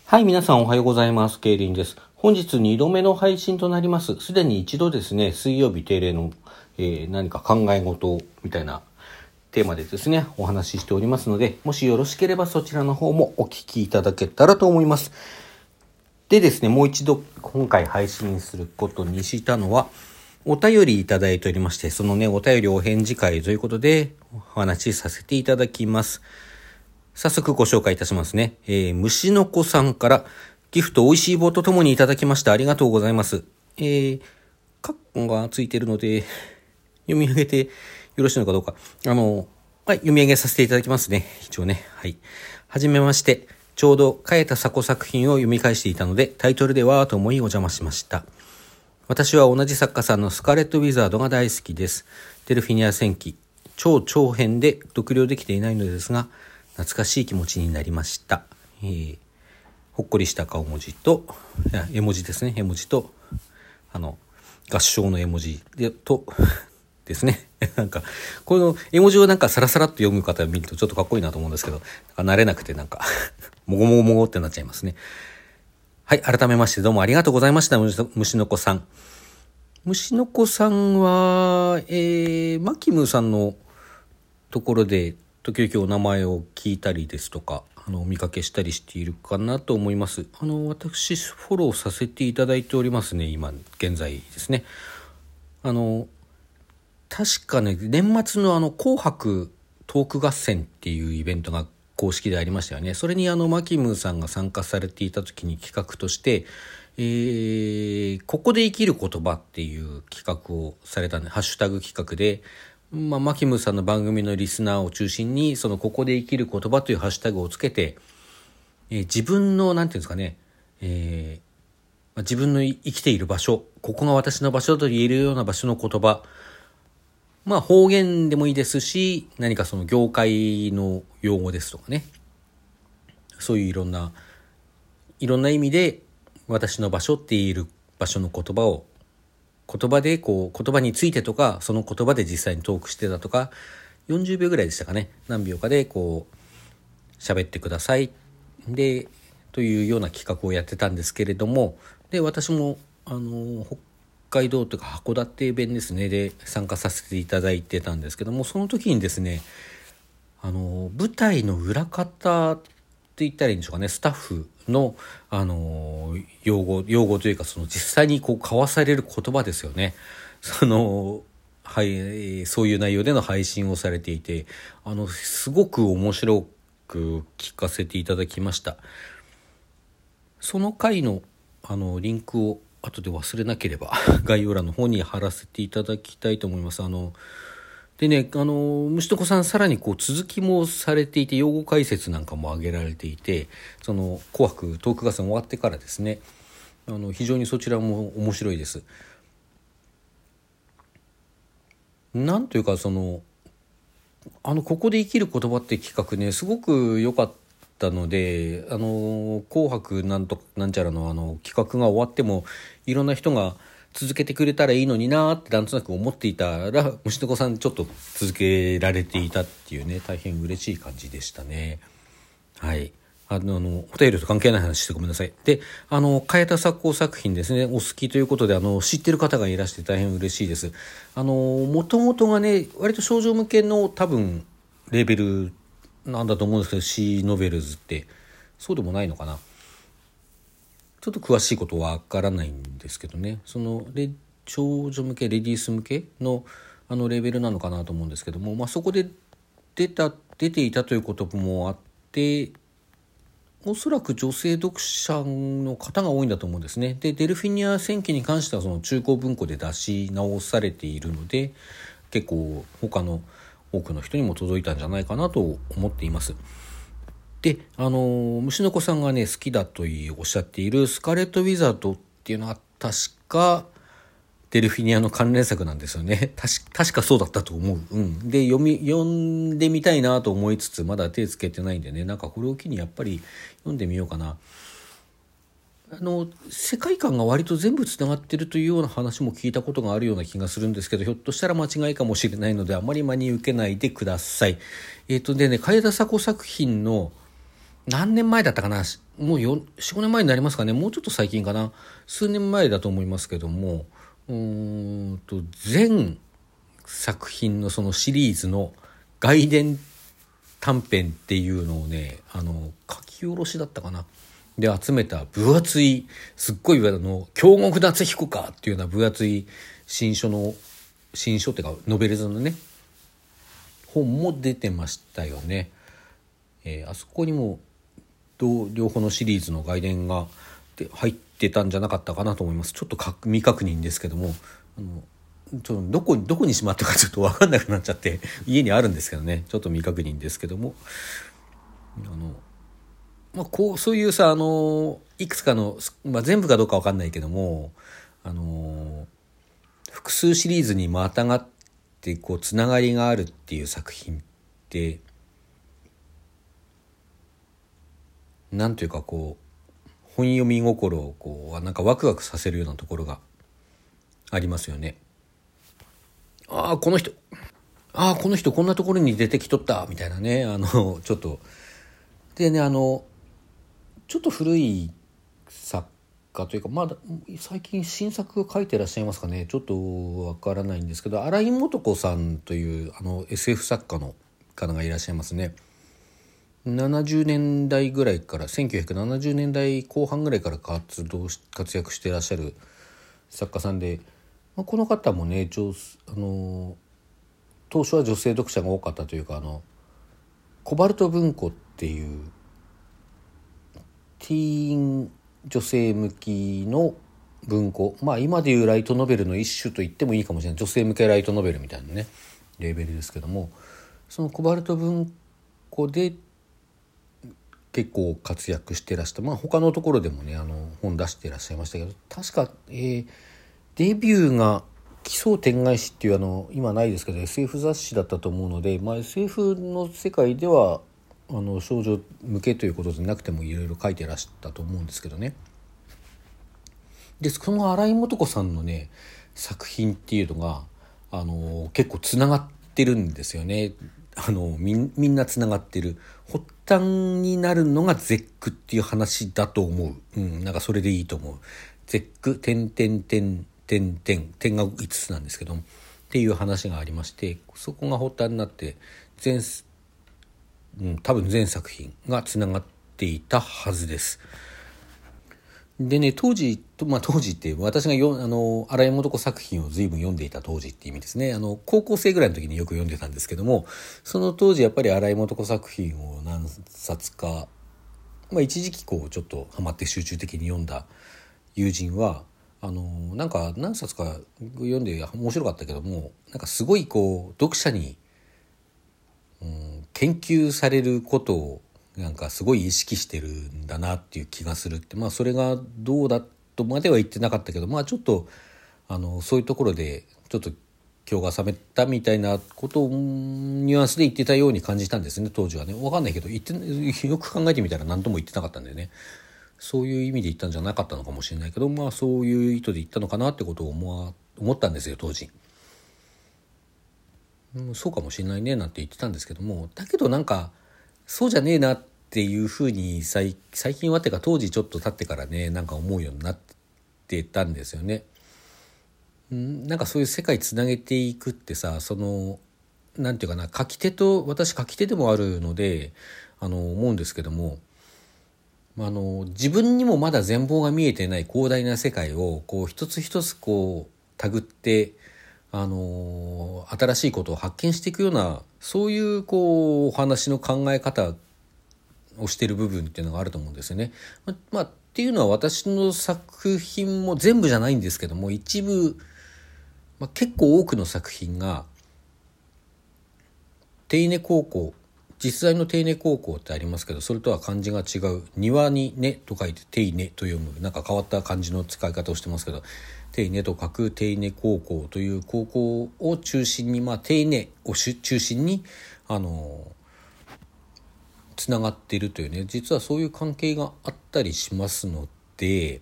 はい、皆さんおはようございます。ケイリンです。本日2度目の配信となります。すでに一度ですね、水曜日定例の、何か考え事みたいなテーマでですね、お話ししておりますので、もしよろしければそちらの方もお聞きいただけたらと思います。でですね、もう一度今回配信することにしたのは、お便りいただいておりまして、そのね、お便りお返事会ということでお話しさせていただきます。早速ご紹介いたしますね。虫の子さんからギフト美味しい棒とともにいただきました。ありがとうございます。カッコがついているので、読み上げてよろしいのかどうか。はい、読み上げさせていただきますね。一応ね。はい。はじめまして。ちょうど、茅田佐子作品を読み返していたので、タイトルではと思いお邪魔しました。私は同じ作家さんのスカーレット・ウィザードが大好きです。デルフィニア戦記、超長編で読了できていないのですが、懐かしい気持ちになりました。ほっこりした顔文字と、絵文字ですね。絵文字と、合唱の絵文字でとですね。なんか、この絵文字をなんかサラサラっと読む方を見るとちょっとかっこいいなと思うんですけど、慣れなくてなんか、もごもごもごってなっちゃいますね。はい、改めましてどうもありがとうございました、虫の子さん。虫の子さんは、マキムさんのところで、時々お名前を聞いたりですとか、お見かけしたりしているかなと思います。私、フォローさせていただいておりますね、今、現在ですね。確かね、年末の紅白トーク合戦っていうイベントが公式でありましたよね。それにマキムさんが参加されていた時に企画として、ここで生きる言葉っていう企画をされたんで、ハッシュタグ企画で、マキムさんの番組のリスナーを中心に、そのここで生きる言葉というハッシュタグをつけて、自分の、なんていうんですかね、自分の生きている場所、ここが私の場所と言えるような場所の言葉、方言でもいいですし、何かその業界の用語ですとかね、そういういろんな意味で私の場所って言える場所の言葉を、言葉で言葉についてとか、その言葉で実際にトークしてたとか、40秒ぐらいでしたかね、何秒かで喋ってくださいでというような企画をやってたんですけれども、で私も北海道というか函館弁ですねで参加させていただいてたんですけども、その時にですね、舞台の裏方って言ったらいいんでしょうかね、スタッフの用語というか、その実際に交わされる言葉ですよね。はい、そういう内容での配信をされていて、すごく面白く聞かせていただきました。その回のリンクを後で忘れなければ概要欄の方に貼らせていただきたいと思います。でね、虫とこさんさらに続きもされていて、用語解説なんかも挙げられていて、その紅白トーク合戦終わってからですね、非常にそちらも面白いです。なんというかここで生きる言葉って企画ね、すごく良かったので、紅白なんちゃらの企画が終わっても、いろんな人が続けてくれたらいいのになってなんとなく思っていたら、虫の子さんちょっと続けられていたっていうね、大変嬉しい感じでしたね。はい。お便りと関係ない話してごめんなさい。で、茅田作工作品ですね、お好きということで、知ってる方がいらして大変嬉しいです。もともとがね、割と少女向けの多分、レーベルなんだと思うんですけど、シーノベルズって、そうでもないのかな。ちょっと詳しいことはわからないんですけどね、少女向け、レディース向けのレーベルなのかなと思うんですけども、そこで出ていたということもあって、おそらく女性読者の方が多いんだと思うんですね。で、デルフィニア戦記に関してはその中古文庫で出し直されているので、結構他の多くの人にも届いたんじゃないかなと思っています。で、虫の子さんがね好きだとおっしゃっているスカーレット・ウィザードっていうのは確かデルフィニアの関連作なんですよね。確かそうだったと思う。で、読んでみたいなと思いつつ、まだ手つけてないんでね、なんかこれを機にやっぱり読んでみようかな。世界観が割と全部つながってるというような話も聞いたことがあるような気がするんですけど、ひょっとしたら間違いかもしれないので、あまり真に受けないでください。でね、茅田佐子作品の何年前だったかな、 もう4、5年前になりますかね。もうちょっと最近かな。数年前だと思いますけども、全作品のそのシリーズの外伝短編っていうのをね、書き下ろしだったかな。で集めた分厚い、すっごい京極夏彦かっていうような分厚い新書っていうかノベルズのね、本も出てましたよね。あそこにも両方のシリーズの外伝が入ってたんじゃなかったかなと思います。ちょっと未確認ですけども、ちょっとどこにしまったかちょっと分かんなくなっちゃって家にあるんですけどね、ちょっと未確認ですけども、そういうさ、いくつかの、全部かどうか分かんないけども、複数シリーズにまたがってつながりがあるっていう作品って、なんというか本読み心をなんかワクワクさせるようなところがありますよね。この人こんなところに出てきとったみたいなね、ちょっとでね、ちょっと古い作家というか、まだ最近新作を書いてらっしゃいますかね、ちょっとわからないんですけど、新井素子さんというSF 作家の方がいらっしゃいますね。70年代ぐらいから1970年代後半ぐらいから活躍していらっしゃる作家さんで、この方もね、当初は女性読者が多かったというか、コバルト文庫っていうティーン女性向きの文庫、今でいうライトノベルの一種と言ってもいいかもしれない、女性向けライトノベルみたいなねレーベルですけども、そのコバルト文庫で結構活躍してらした、他のところでもね本出していらっしゃいましたけど、確か、デビューが奇想天外誌っていう今ないですけど SF 雑誌だったと思うので、SF の世界では少女向けということでなくてもいろいろ書いてらしたと思うんですけどね。でその新井素子さんのね作品っていうのが結構つながってるんですよね。みんなつながってる。発端になるのが絶句っていう話だと思う。なんかそれでいいと思う。絶句点点点点点点が5つなんですけどっていう話がありまして、そこが発端になって多分全作品がつながっていたはずです。でね、当時って私が新井素子作品を随分読んでいた当時って意味ですね。高校生ぐらいの時によく読んでたんですけども、その当時やっぱり新井素子作品を何冊か、一時期ちょっとハマって集中的に読んだ友人はなんか何冊か読んで面白かったけども、なんかすごい読者に、研究されることをなんかすごい意識してるんだなっていう気がするって、それがどうだとまでは言ってなかったけど、ちょっとそういうところでちょっと今日が冷めたみたいなことをニュアンスで言ってたように感じたんですね、当時はね。分かんないけどよく考えてみたら何とも言ってなかったんだよね。そういう意味で言ったんじゃなかったのかもしれないけど、そういう意図で言ったのかなってことを思ったんですよ当時。そうかもしれないねなんて言ってたんですけども、だけどなんかそうじゃねえなっていうふうに最近はっていうか当時ちょっと経ってからねなんか思うようになってたんですよね。なんかそういう世界つなげていくってさ、なんていうかな、私書き手でもあるので思うんですけども、自分にもまだ全貌が見えていない広大な世界を一つ一つ手繰って新しいことを発見していくような、そういうお話の考え方をしている部分っていうのがあると思うんですよね。っていうのは私の作品も全部じゃないんですけども、一部、結構多くの作品が手稲高校、実在の手稲高校ってありますけど、それとは漢字が違う、庭にねと書いて手稲と読む、なんか変わった漢字の使い方をしてますけど、手稲と書く手稲高校という高校を中心に、手稲を中心につながっているというね、実はそういう関係があったりしますので、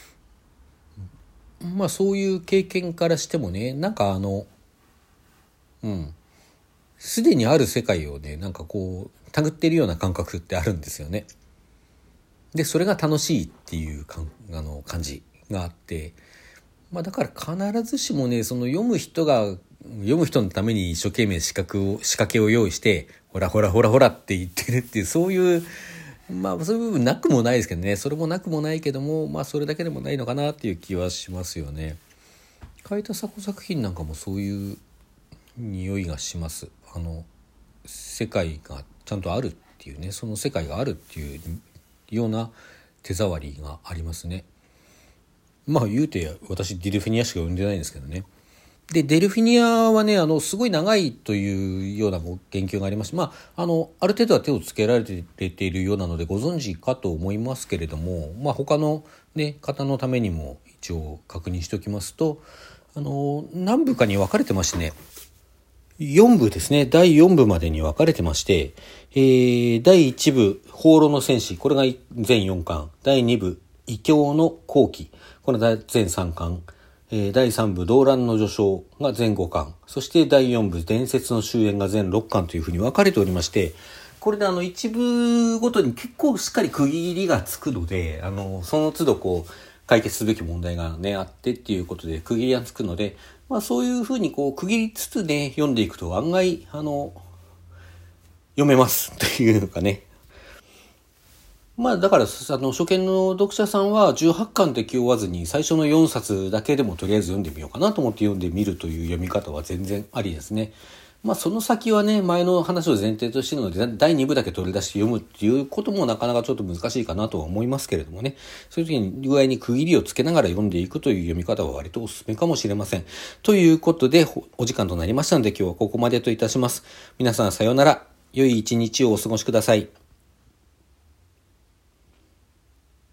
そういう経験からしてもね、なんかすでにある世界をね、なんか手繰っているような感覚ってあるんですよね。 でそれが楽しいっていう感じがあって、だから必ずしもね、その読む人のために一生懸命仕掛けを用意して、ほらほらほらほらって言ってるっていう、そういうそういう部分なくもないですけどね。それもなくもないけども、それだけでもないのかなっていう気はしますよね。海田佐子作品なんかもそういう匂いがします。世界がちゃんとあるっていうね、その世界があるっていうような手触りがありますね。言うて私ディルフィニアしか読んでないんですけどね。でデルフィニアはね、すごい長いというような言及がありまして、ある程度は手をつけられているようなのでご存知かと思いますけれども、他の、方のためにも一応確認しておきますと、何部かに分かれてましてね、4部ですね、第4部までに分かれてまして、第1部放浪の戦士、これが全4巻、第2部異教の後期、これが全3巻、第3部動乱の序章が全5巻、そして第4部伝説の終焉が全6巻というふうに分かれておりまして、これで一部ごとに結構しっかり区切りがつくので、その都度解決すべき問題がねあってっていうことで区切りがつくので、そういうふうに区切りつつね読んでいくと案外読めますというのかね。だから初見の読者さんは18巻で気負わずに最初の4冊だけでもとりあえず読んでみようかなと思って読んでみるという読み方は全然ありですね。その先はね、前の話を前提としているので第2部だけ取り出して読むっていうこともなかなかちょっと難しいかなとは思いますけれどもね、そういう時に具合に区切りをつけながら読んでいくという読み方は割とおすすめかもしれません。ということでお時間となりましたので今日はここまでといたします。皆さんさようなら。良い一日をお過ごしください。